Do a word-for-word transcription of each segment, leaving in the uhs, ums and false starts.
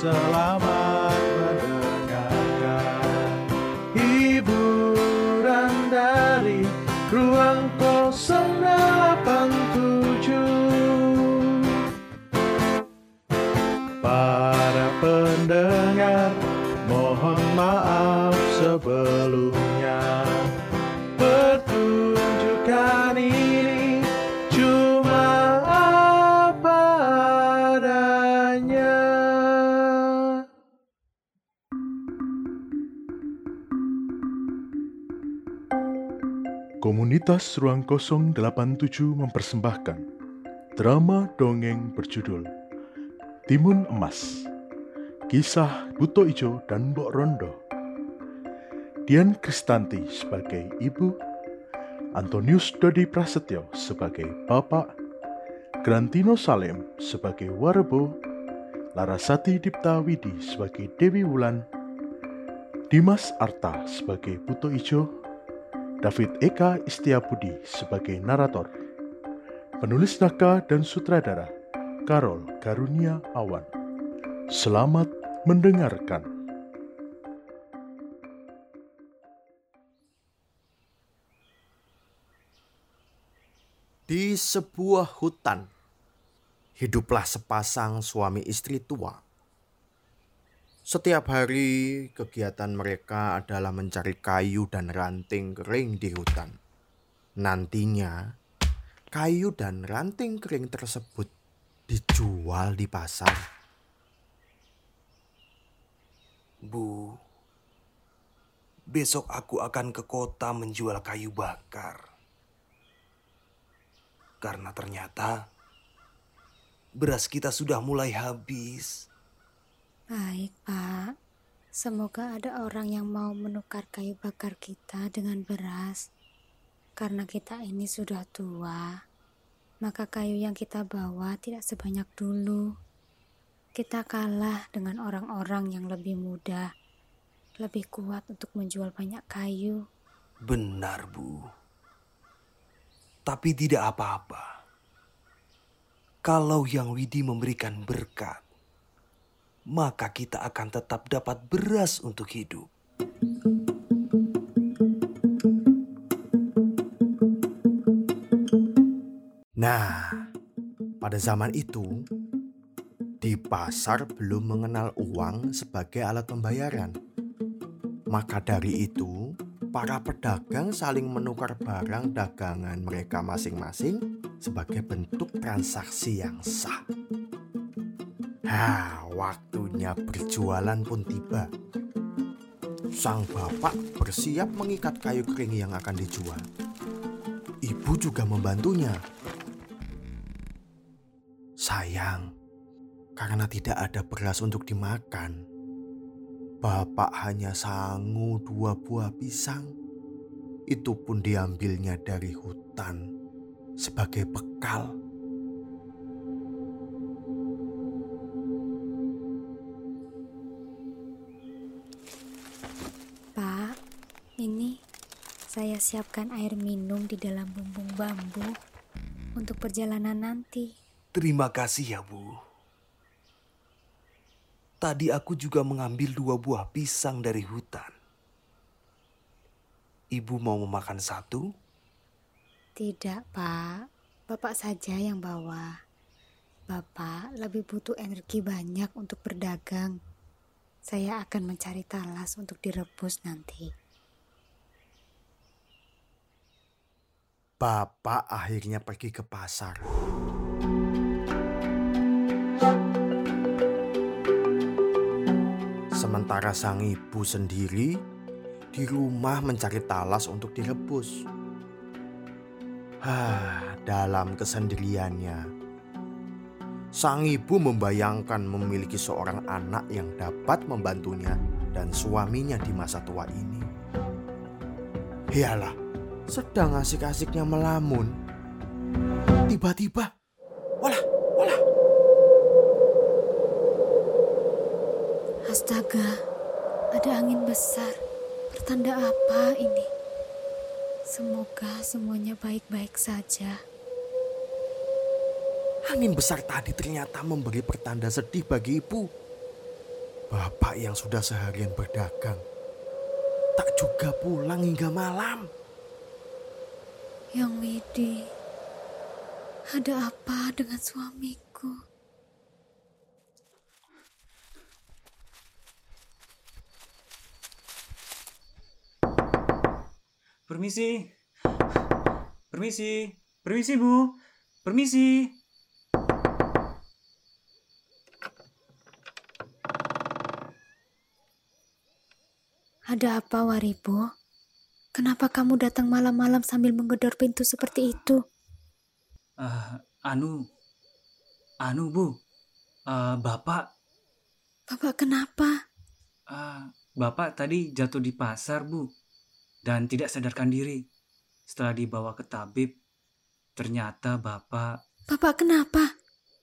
selamat mendengarkan hiburan dari Ruang Kosong delapan tujuh. Para pendengar, mohon maaf sebelumnya. Pertunjukan ini cuma apa adanya. Komunitas Ruang Kosong delapan tujuh mempersembahkan drama dongeng berjudul Timun Emas. Kisah Buto Ijo dan Mbok Rondo. Dian Kristanti sebagai ibu, Antonius Dodi Prasetyo sebagai bapak, Grantino Salem sebagai Warebo, Larasati Dipta Widi sebagai Dewi Wulan, Dimas Arta sebagai Buto Ijo, David Eka Istiabudi sebagai narator, penulis naskah dan sutradara Karol Karunia Awan. Selamat mendengarkan. Di sebuah hutan, hiduplah sepasang suami istri tua. Setiap hari kegiatan mereka adalah mencari kayu dan ranting kering di hutan. Nantinya, kayu dan ranting kering tersebut dijual di pasar. Bu, besok aku akan ke kota menjual kayu bakar. Karena ternyata beras kita sudah mulai habis. Baik, Pak. Semoga ada orang yang mau menukar kayu bakar kita dengan beras. Karena kita ini sudah tua, maka kayu yang kita bawa tidak sebanyak dulu. Kita kalah dengan orang-orang yang lebih muda, lebih kuat untuk menjual banyak kayu. Benar, Bu. Tapi tidak apa-apa. Kalau Yang Widi memberikan berkat, maka kita akan tetap dapat beras untuk hidup. Nah, pada zaman itu, di pasar belum mengenal uang sebagai alat pembayaran. Maka dari itu, para pedagang saling menukar barang dagangan mereka masing-masing sebagai bentuk transaksi yang sah. Nah, waktunya berjualan pun tiba. Sang bapak bersiap mengikat kayu kering yang akan dijual. Ibu juga membantunya. Sayang, karena tidak ada beras untuk dimakan, bapak hanya sangu dua buah pisang. Itu pun diambilnya dari hutan sebagai bekal. Pak, ini saya siapkan air minum di dalam bumbung bambu untuk perjalanan nanti. Terima kasih ya, Bu. Tadi aku juga mengambil dua buah pisang dari hutan. Ibu mau memakan satu? Tidak, Pak. Bapak saja yang bawa. Bapak lebih butuh energi banyak untuk berdagang. Saya akan mencari talas untuk direbus nanti. Bapak akhirnya pergi ke pasar. Sementara sang ibu sendiri di rumah mencari talas untuk direbus. Hah, dalam kesendiriannya, sang ibu membayangkan memiliki seorang anak yang dapat membantunya dan suaminya di masa tua ini. Yalah, sedang asik-asiknya melamun. Tiba-tiba, walah, walah. Astaga, ada angin besar. Pertanda apa ini? Semoga semuanya baik-baik saja. Angin besar tadi ternyata memberi pertanda sedih bagi ibu. Bapak yang sudah seharian berdagang tak juga pulang hingga malam. Yang Widi, ada apa dengan suamiku? Permisi. Permisi. Permisi, Bu. Permisi. Ada apa, Waribo? Kenapa kamu datang malam-malam sambil menggedor pintu seperti itu? Uh, anu. Anu, Bu. Uh, Bapak. Bapak kenapa? Uh, Bapak tadi jatuh di pasar, Bu. Dan tidak sadarkan diri. Setelah dibawa ke tabib, ternyata Bapak... Bapak kenapa?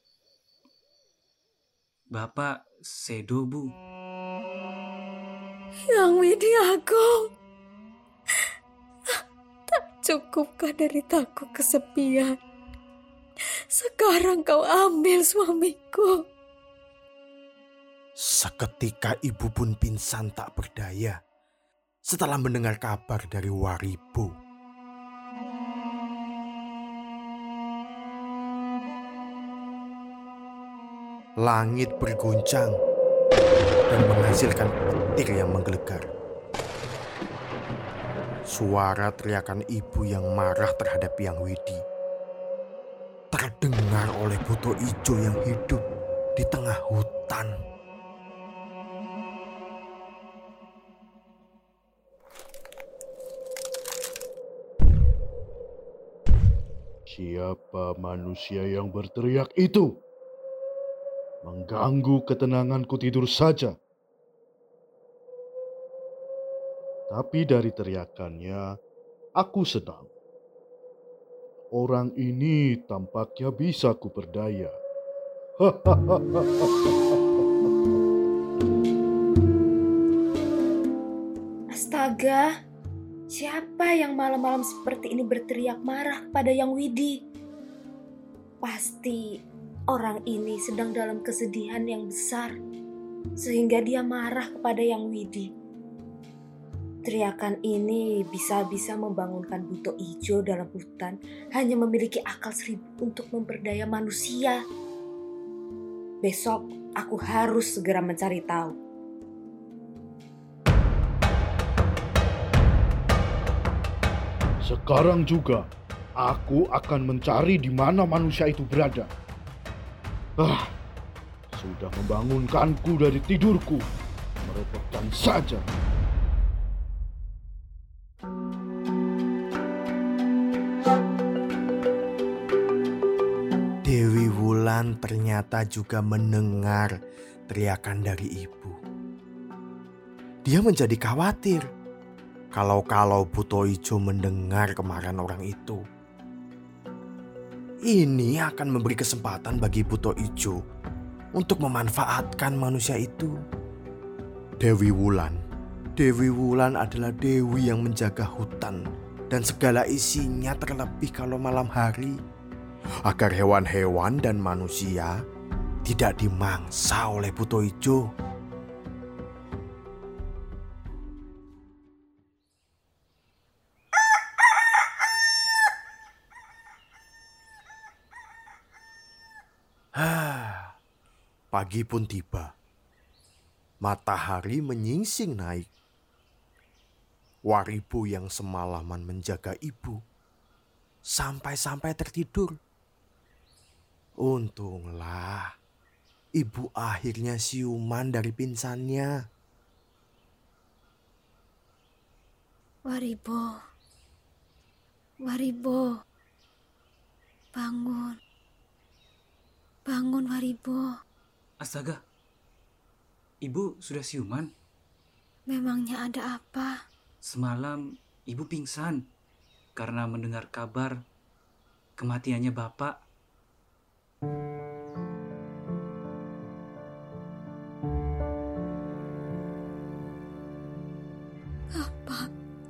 Bapak sedo, Bu. Yang Widi Agung, tak cukupkah deritaku kesepian? Sekarang kau ambil suamiku. Seketika ibu pun pingsan tak berdaya setelah mendengar kabar dari Waribo. Langit berguncang dan menghasilkan petir yang menggelegar. Suara teriakan ibu yang marah terhadap Yang Widi terdengar oleh Buto Ijo yang hidup di tengah hutan. Siapa manusia yang berteriak itu? Mengganggu ketenanganku tidur saja. Tapi dari teriakannya, aku senang. Orang ini tampaknya bisa kuperdaya. Astaga, siapa yang malam-malam seperti ini berteriak marah kepada Yang Widi? Pasti orang ini sedang dalam kesedihan yang besar, sehingga dia marah kepada Yang Widi. Teriakan ini bisa-bisa membangunkan Buto Ijo dalam hutan hanya memiliki akal seribu untuk memperdaya manusia. Besok aku harus segera mencari tahu. Sekarang juga aku akan mencari di mana manusia itu berada. Ah, sudah membangunkanku dari tidurku. Merepotkan saja. Dewi Wulan ternyata juga mendengar teriakan dari ibu. Dia menjadi khawatir kalau-kalau Buto Ijo mendengar kemarahan orang itu. Ini akan memberi kesempatan bagi Buto Ijo untuk memanfaatkan manusia itu. Dewi Wulan. Dewi Wulan adalah dewi yang menjaga hutan dan segala isinya, terlebih kalau malam hari, agar hewan-hewan dan manusia tidak dimangsa oleh Buto Ijo. Pagi pun tiba. Matahari menyingsing naik. Waribo yang semalaman menjaga ibu sampai-sampai tertidur. Untunglah ibu akhirnya siuman dari pingsannya. Waribo, Waribo, bangun, bangun Waribo. Astaga, ibu sudah siuman? Memangnya ada apa? Semalam ibu pingsan karena mendengar kabar kematiannya Bapak. Apa?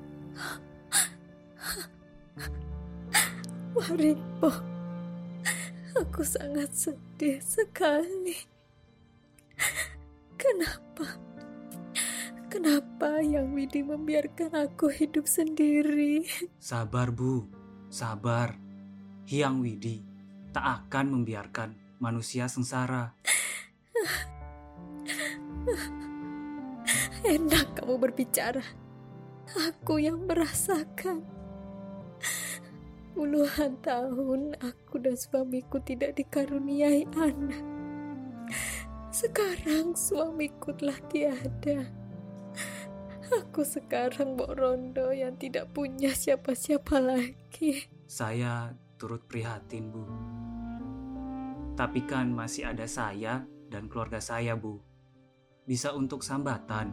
Waribo, aku sangat sedih sekali. Kenapa? Kenapa Yang Widi membiarkan aku hidup sendiri? Sabar, Bu. Sabar. Hyang Widi tak akan membiarkan manusia sengsara. Enak kamu berbicara. Aku yang merasakan. Puluhan tahun aku dan suamiku tidak dikaruniai anak. Sekarang suamiku telah tiada. Aku sekarang Mbok Rondo yang tidak punya siapa-siapa lagi. Saya turut prihatin, Bu. Tapi kan masih ada saya dan keluarga saya, Bu. Bisa untuk sambatan.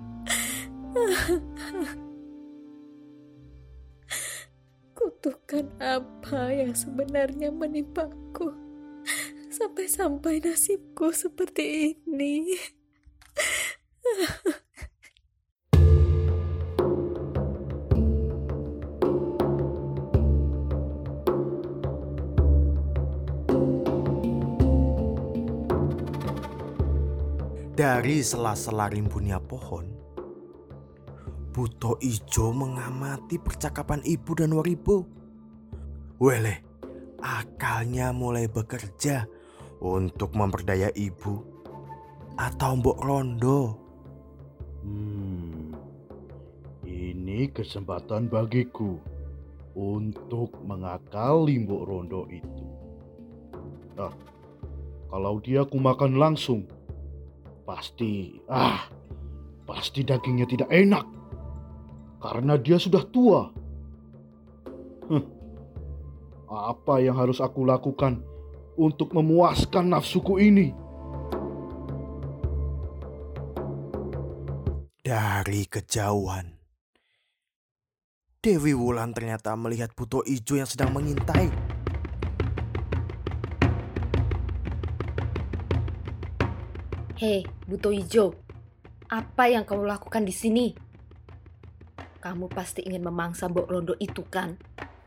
Kutukan apa yang sebenarnya menimpaku? Sampai-sampai nasibku seperti ini. Dari sela-sela rimbunnya pohon, Buto Ijo mengamati percakapan ibu dan Waribo. Weleh, akalnya mulai bekerja untuk memperdaya ibu atau Mbok Rondo. Hmm, ini kesempatan bagiku untuk mengakali Mbok Rondo itu. Nah, kalau dia kumakan langsung, pasti, ah, pasti dagingnya tidak enak. Karena dia sudah tua. Huh, apa yang harus aku lakukan untuk memuaskan nafsuku ini? Dari kejauhan, Dewi Wulan ternyata melihat Buto Ijo yang sedang mengintai. Hei, Buto Ijo, apa yang kamu lakukan di sini? Kamu pasti ingin memangsa Mbok Rondo itu kan?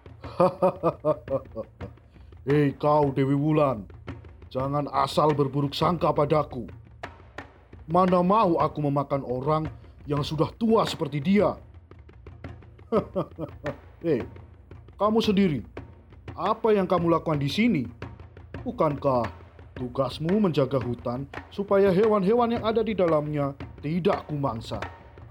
Hei kau Dewi Wulan, jangan asal berburuk sangka padaku. Mana mau aku memakan orang yang sudah tua seperti dia. Hei, kamu sendiri, apa yang kamu lakukan di sini? Bukankah tugasmu menjaga hutan supaya hewan-hewan yang ada di dalamnya tidak kumangsa?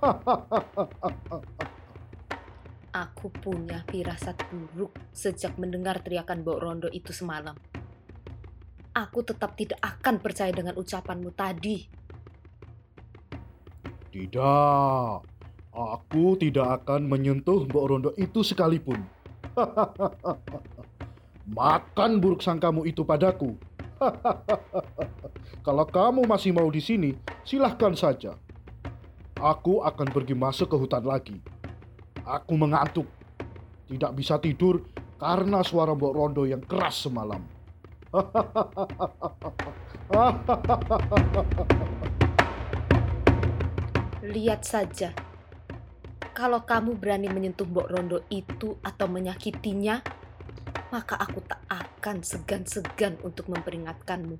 Aku punya firasat buruk sejak mendengar teriakan Mbok Rondo itu semalam. Aku tetap tidak akan percaya dengan ucapanmu tadi. Tidak, aku tidak akan menyentuh Mbok Rondo itu sekalipun. Makan buruk sangkamu itu padaku. Kalau kamu masih mau di sini, silahkan saja. Aku akan pergi masuk ke hutan lagi. Aku mengantuk, tidak bisa tidur karena suara Mbok Rondo yang keras semalam. Lihat saja, kalau kamu berani menyentuh Mbok Rondo itu atau menyakitinya, maka aku tak akan segan-segan untuk memperingatkanmu.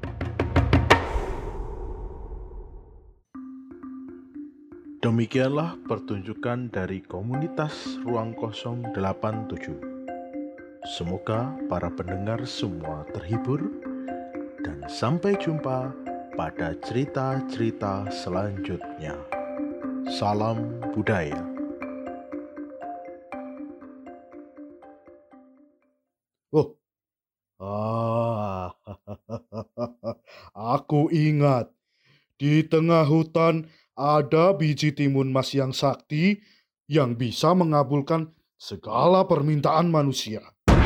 Demikianlah pertunjukan dari komunitas Ruang Kosong delapan tujuh. Semoga para pendengar semua terhibur dan sampai jumpa pada cerita-cerita selanjutnya. Salam budaya. Oh, ah, aku ingat di tengah hutan ada biji timun mas yang sakti yang bisa mengabulkan segala permintaan manusia.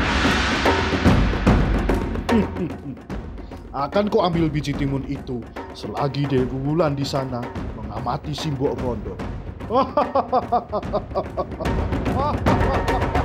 Akan kau ambil biji timun itu selagi Dewi Wulan di sana mengamati si Mbok Rondo.